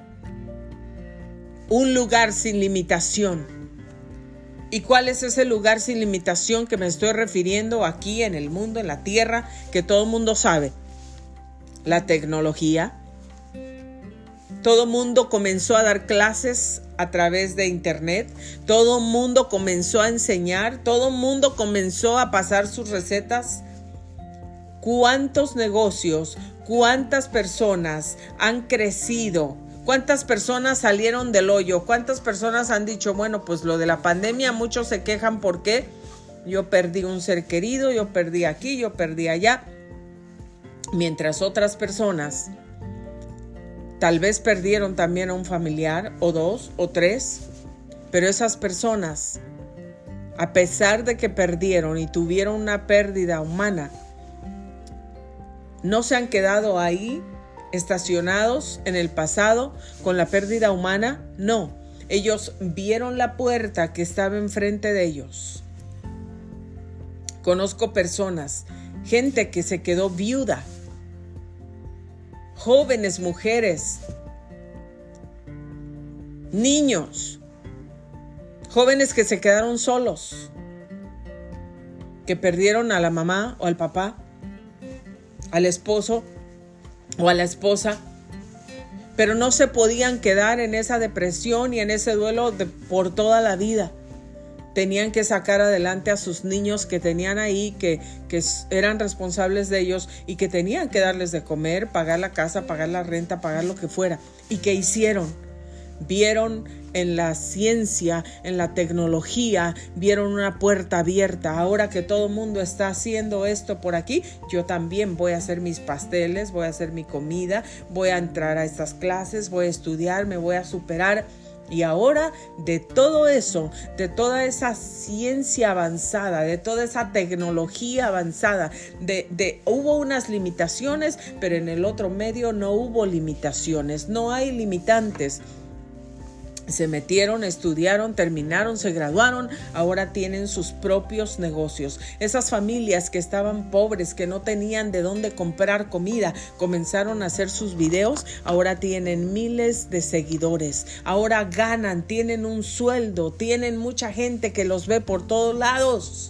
un lugar sin limitación. ¿Y cuál es ese lugar sin limitación que me estoy refiriendo aquí en el mundo, en la tierra, que todo el mundo sabe? La tecnología. Todo el mundo comenzó a dar clases a través de internet. Todo el mundo comenzó a enseñar. Todo el mundo comenzó a pasar sus recetas. ¿Cuántos negocios, cuántas personas han crecido? ¿Cuántas personas salieron del hoyo? ¿Cuántas personas han dicho, bueno, pues lo de la pandemia, muchos se quejan porque yo perdí un ser querido, yo perdí aquí, yo perdí allá? Mientras otras personas tal vez perdieron también a un familiar, o 2, o 3, pero esas personas, a pesar de que perdieron y tuvieron una pérdida humana, no se han quedado ahí estacionados en el pasado con la pérdida humana. No, ellos vieron la puerta que estaba enfrente de ellos. Conozco personas, gente que se quedó viuda, jóvenes, mujeres, niños, jóvenes que se quedaron solos, que perdieron a la mamá o al papá, al esposo o a la esposa, pero no se podían quedar en esa depresión y en ese duelo por toda la vida. tenían que sacar adelante a sus niños que tenían ahí, que eran responsables de ellos y que tenían que darles de comer, pagar la casa, pagar la renta, pagar lo que fuera. ¿Y qué hicieron? Vieron en la ciencia, en la tecnología, vieron una puerta abierta. Ahora que todo el mundo está haciendo esto por aquí, yo también voy a hacer mis pasteles, voy a hacer mi comida, voy a entrar a estas clases, voy a estudiar, me voy a superar. Y ahora de todo eso, de toda esa ciencia avanzada, de toda esa tecnología avanzada, hubo unas limitaciones, pero en el otro medio no hubo limitaciones, no hay limitantes. Se metieron, estudiaron, terminaron, se graduaron, ahora tienen sus propios negocios. Esas familias que estaban pobres, que no tenían de dónde comprar comida, comenzaron a hacer sus videos, ahora tienen miles de seguidores, ahora ganan, tienen un sueldo, tienen mucha gente que los ve por todos lados.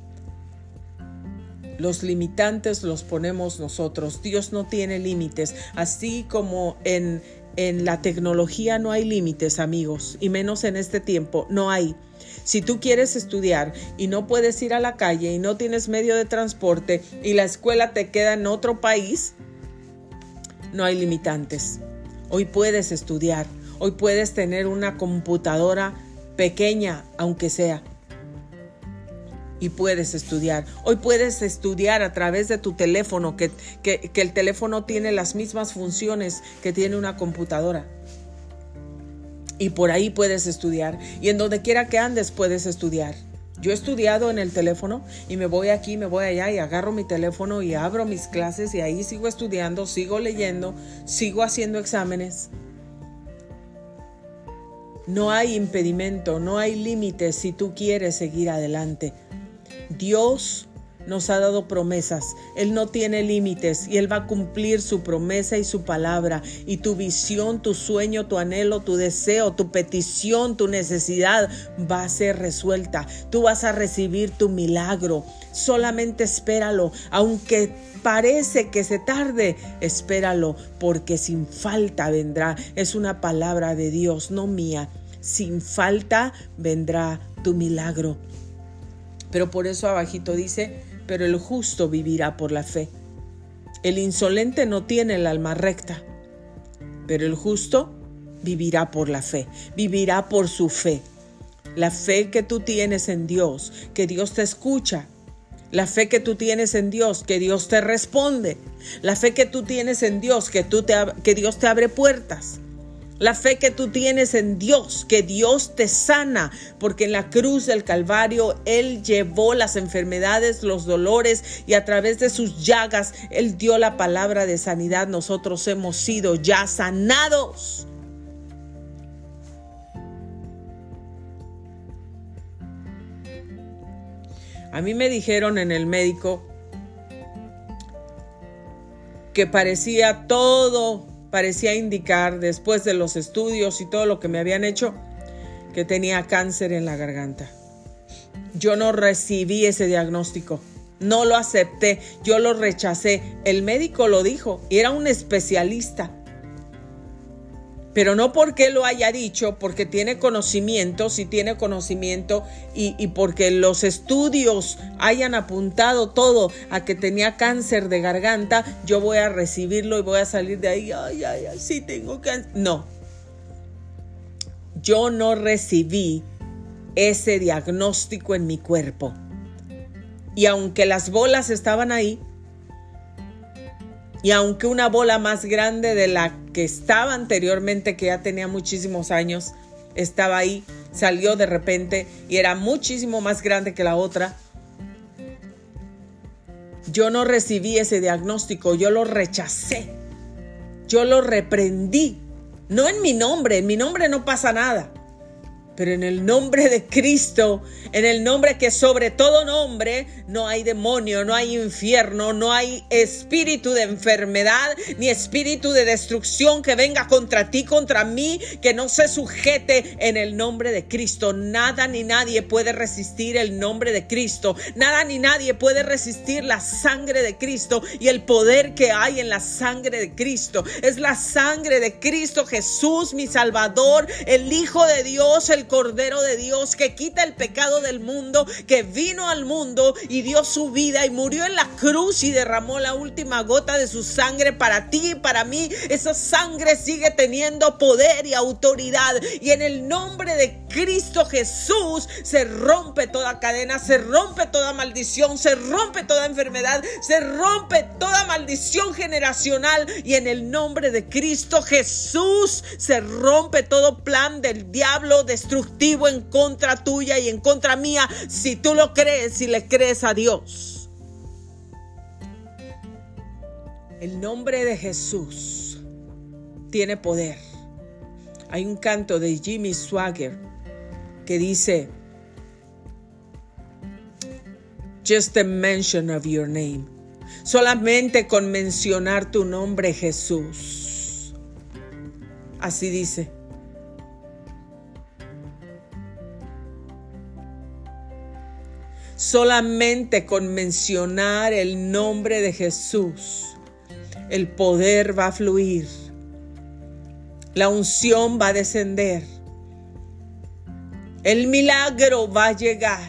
Los limitantes los ponemos nosotros. Dios no tiene límites, así como en la tecnología no hay límites, amigos, y menos en este tiempo, no hay. Si tú quieres estudiar y no puedes ir a la calle y no tienes medio de transporte y la escuela te queda en otro país, no hay limitantes. Hoy puedes estudiar, hoy puedes tener una computadora pequeña, aunque sea, y puedes estudiar. Hoy puedes estudiar a través de tu teléfono, que el teléfono tiene las mismas funciones que tiene una computadora. Y por ahí puedes estudiar. Y en donde quiera que andes puedes estudiar. Yo he estudiado en el teléfono y me voy aquí, me voy allá y agarro mi teléfono y abro mis clases y ahí sigo estudiando, sigo leyendo, sigo haciendo exámenes. No hay impedimento, no hay límites si tú quieres seguir adelante. Dios nos ha dado promesas, Él no tiene límites y Él va a cumplir su promesa y su palabra, y tu visión, tu sueño, tu anhelo, tu deseo, tu petición, tu necesidad va a ser resuelta. Tú vas a recibir tu milagro, solamente espéralo, aunque parece que se tarde, espéralo, porque sin falta vendrá. Es una palabra de Dios, no mía. Sin falta vendrá tu milagro. Pero por eso abajito dice, pero el justo vivirá por la fe. El insolente no tiene el alma recta, pero el justo vivirá por la fe, vivirá por su fe. La fe que tú tienes en Dios, que Dios te escucha. La fe que tú tienes en Dios, que Dios te responde. La fe que tú tienes en Dios, que Dios te abre puertas. La fe que tú tienes en Dios, que Dios te sana, porque en la cruz del Calvario Él llevó las enfermedades, los dolores, y a través de sus llagas Él dio la palabra de sanidad. Nosotros hemos sido ya sanados. A mí me dijeron en el médico que parecía indicar, después de los estudios y todo lo que me habían hecho, que tenía cáncer en la garganta. Yo no recibí ese diagnóstico, no lo acepté, yo lo rechacé. El médico lo dijo y era un especialista. Pero no porque lo haya dicho, porque tiene conocimiento, si tiene conocimiento y porque los estudios hayan apuntado todo a que tenía cáncer de garganta, yo voy a recibirlo y voy a salir de ahí, ay, sí tengo cáncer. No, yo no recibí ese diagnóstico en mi cuerpo. Y aunque las bolas estaban ahí, y aunque una bola más grande de la que estaba anteriormente, que ya tenía muchísimos años, estaba ahí, salió de repente y era muchísimo más grande que la otra, yo no recibí ese diagnóstico, yo lo rechacé, yo lo reprendí. No en mi nombre no pasa nada. Pero en el nombre de Cristo, en el nombre que sobre todo nombre, no hay demonio, no hay infierno, no hay espíritu de enfermedad, ni espíritu de destrucción que venga contra ti, contra mí, que no se sujete en el nombre de Cristo. Nada ni nadie puede resistir el nombre de Cristo. Nada ni nadie puede resistir la sangre de Cristo y el poder que hay en la sangre de Cristo. Es la sangre de Cristo Jesús, mi Salvador, el Hijo de Dios, el el Cordero de Dios que quita el pecado del mundo, que vino al mundo y dio su vida y murió en la cruz y derramó la última gota de su sangre para ti y para mí. Esa sangre sigue teniendo poder y autoridad, y en el nombre de Cristo Jesús se rompe toda cadena, se rompe toda maldición, se rompe toda enfermedad, se rompe toda maldición generacional, y en el nombre de Cristo Jesús se rompe todo plan del diablo destructivo en contra tuya y en contra mía, si tú lo crees y le crees a Dios. El nombre de Jesús tiene poder. Hay un canto de Jimmy Swaggart que dice: Just the mention of your name. Solamente con mencionar tu nombre, Jesús. Así dice. Solamente con mencionar el nombre de Jesús, el poder va a fluir. La unción va a descender. El milagro va a llegar.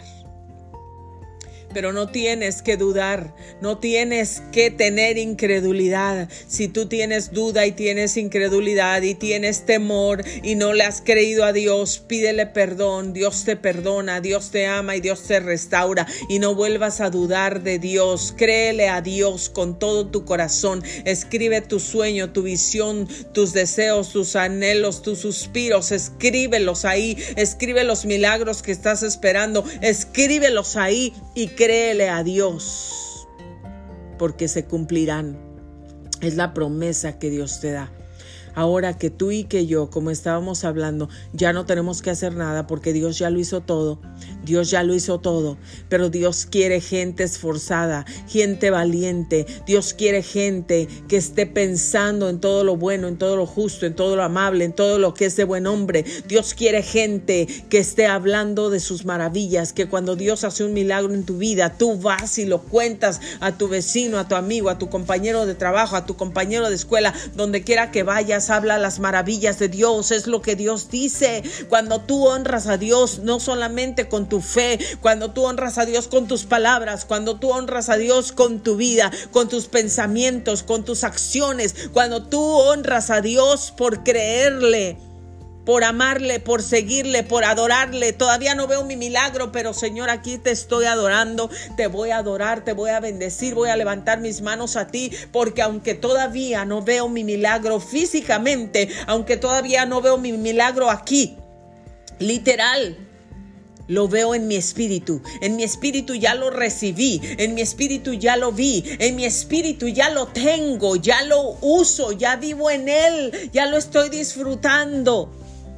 Pero no tienes que dudar, no tienes que tener incredulidad. Si tú tienes duda y tienes incredulidad y tienes temor y no le has creído a Dios, pídele perdón. Dios te perdona, Dios te ama y Dios te restaura. Y no vuelvas a dudar de Dios. Créele a Dios con todo tu corazón. Escribe tu sueño, tu visión, tus deseos, tus anhelos, tus suspiros. Escríbelos ahí. Escribe los milagros que estás esperando. Escríbelos ahí y créele a Dios, porque se cumplirán. Es la promesa que Dios te da. Ahora que tú y que yo, como estábamos hablando, ya no tenemos que hacer nada porque Dios ya lo hizo todo. Dios ya lo hizo todo. Pero Dios quiere gente esforzada, gente valiente. Dios quiere gente que esté pensando en todo lo bueno, en todo lo justo, en todo lo amable, en todo lo que es de buen hombre. Dios quiere gente que esté hablando de sus maravillas, que cuando Dios hace un milagro en tu vida, tú vas y lo cuentas a tu vecino, a tu amigo, a tu compañero de trabajo, a tu compañero de escuela, donde quiera que vayas. Habla las maravillas de Dios, es lo que Dios dice. Cuando tú honras a Dios, no solamente con tu fe, cuando tú honras a Dios con tus palabras, cuando tú honras a Dios con tu vida, con tus pensamientos, con tus acciones, cuando tú honras a Dios por creerle, por amarle, por seguirle, por adorarle. Todavía no veo mi milagro, pero Señor, aquí te estoy adorando, te voy a adorar, te voy a bendecir, voy a levantar mis manos a ti, porque aunque todavía no veo mi milagro físicamente, aunque todavía no veo mi milagro aquí, literal, lo veo en mi espíritu. En mi espíritu ya lo recibí. En mi espíritu ya lo vi. En mi espíritu ya lo tengo. Ya lo uso. Ya vivo en él. Ya lo estoy disfrutando.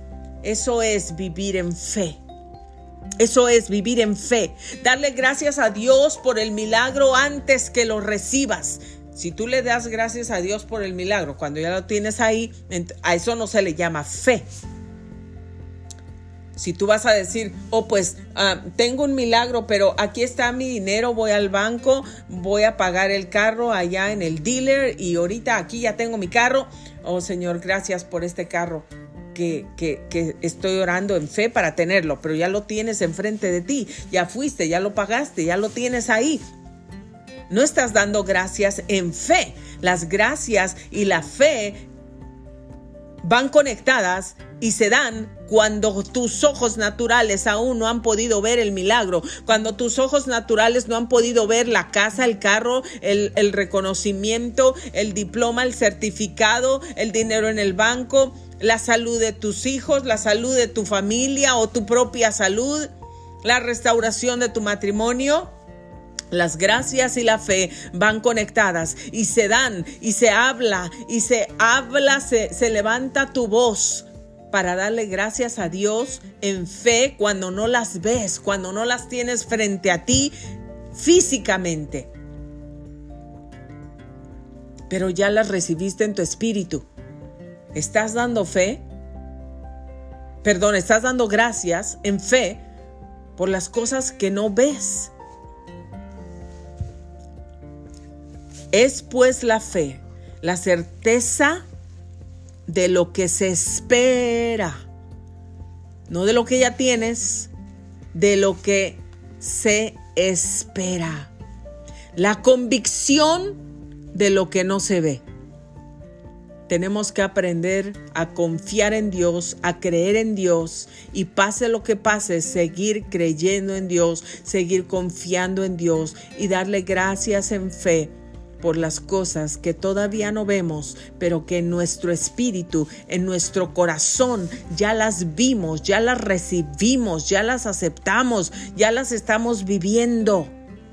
Eso es vivir en fe. Eso es vivir en fe. Darle gracias a Dios por el milagro antes que lo recibas. Si tú le das gracias a Dios por el milagro cuando ya lo tienes ahí, a eso no se le llama fe. Si tú vas a decir, tengo un milagro, pero aquí está mi dinero, voy al banco, voy a pagar el carro allá en el dealer y ahorita aquí ya tengo mi carro. Oh Señor, gracias por este carro que estoy orando en fe para tenerlo, pero ya lo tienes enfrente de ti, ya fuiste, ya lo pagaste, ya lo tienes ahí. No estás dando gracias en fe. Las gracias y la fe van conectadas y se dan cuando tus ojos naturales aún no han podido ver el milagro, cuando tus ojos naturales no han podido ver la casa, el carro, el reconocimiento, el diploma, el certificado, el dinero en el banco, la salud de tus hijos, la salud de tu familia o tu propia salud, la restauración de tu matrimonio. Las gracias y la fe van conectadas y se dan y se habla, se levanta tu voz para darle gracias a Dios en fe cuando no las ves, cuando no las tienes frente a ti físicamente. Pero ya las recibiste en tu espíritu. ¿Estás dando fe? Estás dando gracias en fe por las cosas que no ves. Es pues la fe, la certeza de lo que se espera. no de lo que ya tienes, de lo que se espera. La convicción de lo que no se ve. Tenemos que aprender a confiar en Dios, a creer en Dios y pase lo que pase, seguir creyendo en Dios, seguir confiando en Dios y darle gracias en fe por las cosas que todavía no vemos, pero que en nuestro espíritu, en nuestro corazón, ya las vimos, ya las recibimos, ya las aceptamos, ya las estamos viviendo.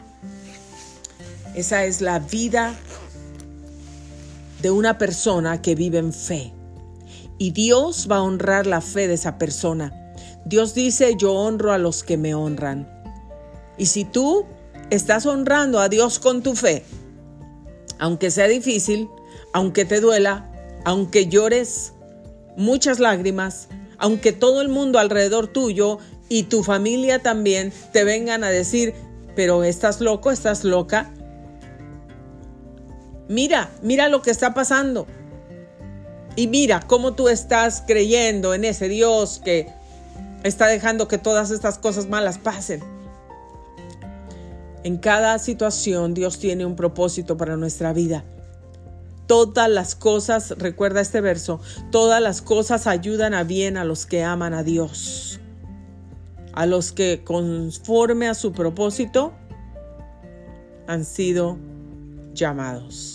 Esa es la vida de una persona que vive en fe. Y Dios va a honrar la fe de esa persona. Dios dice, yo honro a los que me honran. Y si tú estás honrando a Dios con tu fe, aunque sea difícil, aunque te duela, aunque llores muchas lágrimas, aunque todo el mundo alrededor tuyo y tu familia también te vengan a decir, pero estás loco, estás loca. Mira lo que está pasando. Y mira cómo tú estás creyendo en ese Dios que está dejando que todas estas cosas malas pasen. En cada situación Dios tiene un propósito para nuestra vida. Todas las cosas, recuerda este verso, todas las cosas ayudan a bien a los que aman a Dios. A los que conforme a su propósito han sido llamados.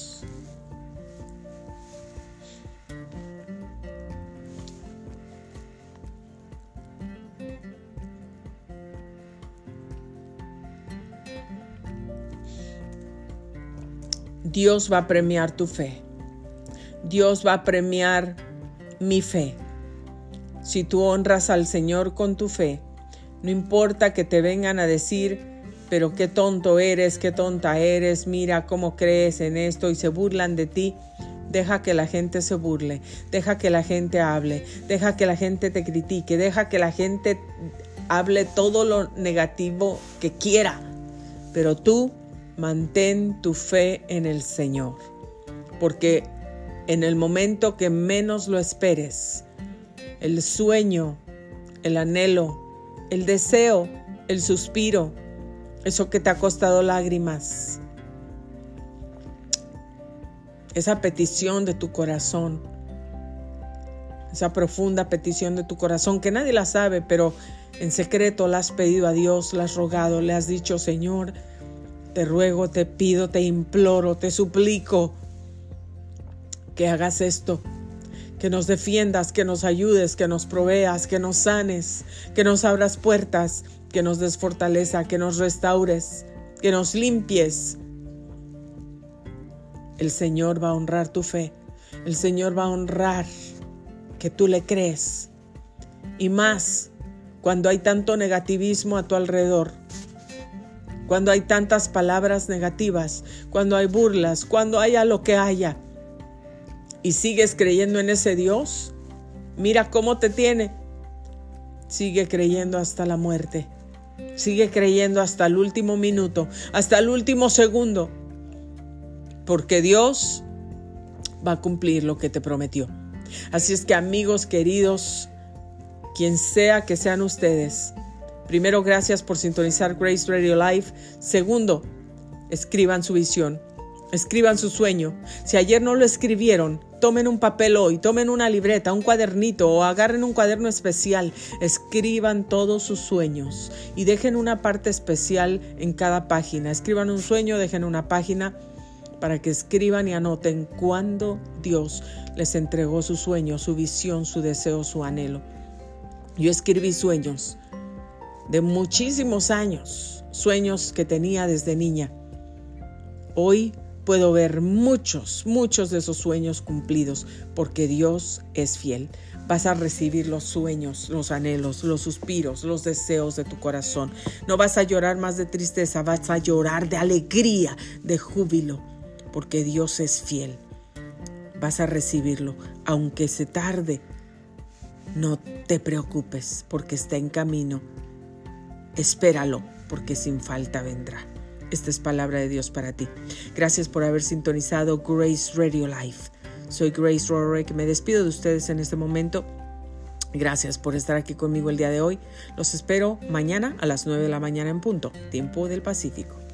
Dios va a premiar tu fe. Dios va a premiar mi fe. Si tú honras al Señor con tu fe, no importa que te vengan a decir, pero qué tonto eres, qué tonta eres, mira cómo crees en esto y se burlan de ti. Deja que la gente se burle, deja que la gente hable, deja que la gente te critique, deja que la gente hable todo lo negativo que quiera, pero tú mantén tu fe en el Señor, porque en el momento que menos lo esperes, el sueño, el anhelo, el deseo, el suspiro, eso que te ha costado lágrimas, esa petición de tu corazón, esa profunda petición de tu corazón que nadie la sabe, pero en secreto la has pedido a Dios, la has rogado, le has dicho, Señor, te ruego, te pido, te imploro, te suplico que hagas esto, que nos defiendas, que nos ayudes, que nos proveas, que nos sanes, que nos abras puertas, que nos des fortaleza, que nos restaures, que nos limpies. El Señor va a honrar tu fe. El Señor va a honrar que tú le crees. Y más cuando hay tanto negativismo a tu alrededor. Cuando hay tantas palabras negativas, cuando hay burlas, cuando haya lo que haya, y sigues creyendo en ese Dios, mira cómo te tiene. Sigue creyendo hasta la muerte. Sigue creyendo hasta el último minuto, hasta el último segundo, porque Dios va a cumplir lo que te prometió. Así es que, amigos queridos, quien sea que sean ustedes, primero, gracias por sintonizar Grace Radio Live. Segundo, escriban su visión, escriban su sueño. Si ayer no lo escribieron, tomen un papel hoy, tomen una libreta, un cuadernito o agarren un cuaderno especial. Escriban todos sus sueños y dejen una parte especial en cada página. Escriban un sueño, dejen una página para que escriban y anoten cuándo Dios les entregó su sueño, su visión, su deseo, su anhelo. Yo escribí sueños de muchísimos años, sueños que tenía desde niña. Hoy puedo ver muchos de esos sueños cumplidos, porque Dios es fiel. Vas a recibir los sueños, los anhelos, los suspiros, los deseos de tu corazón. No vas a llorar más de tristeza, vas a llorar de alegría, de júbilo, porque Dios es fiel. Vas a recibirlo, aunque se tarde. No te preocupes, porque está en camino. Espéralo, porque sin falta vendrá. Esta es palabra de Dios para ti. Gracias por haber sintonizado Grace Radio Live. Soy Grace Rorick. Me despido de ustedes en este momento. Gracias por estar aquí conmigo el día de hoy. Los espero mañana a las 9 de la mañana en punto, tiempo del Pacífico.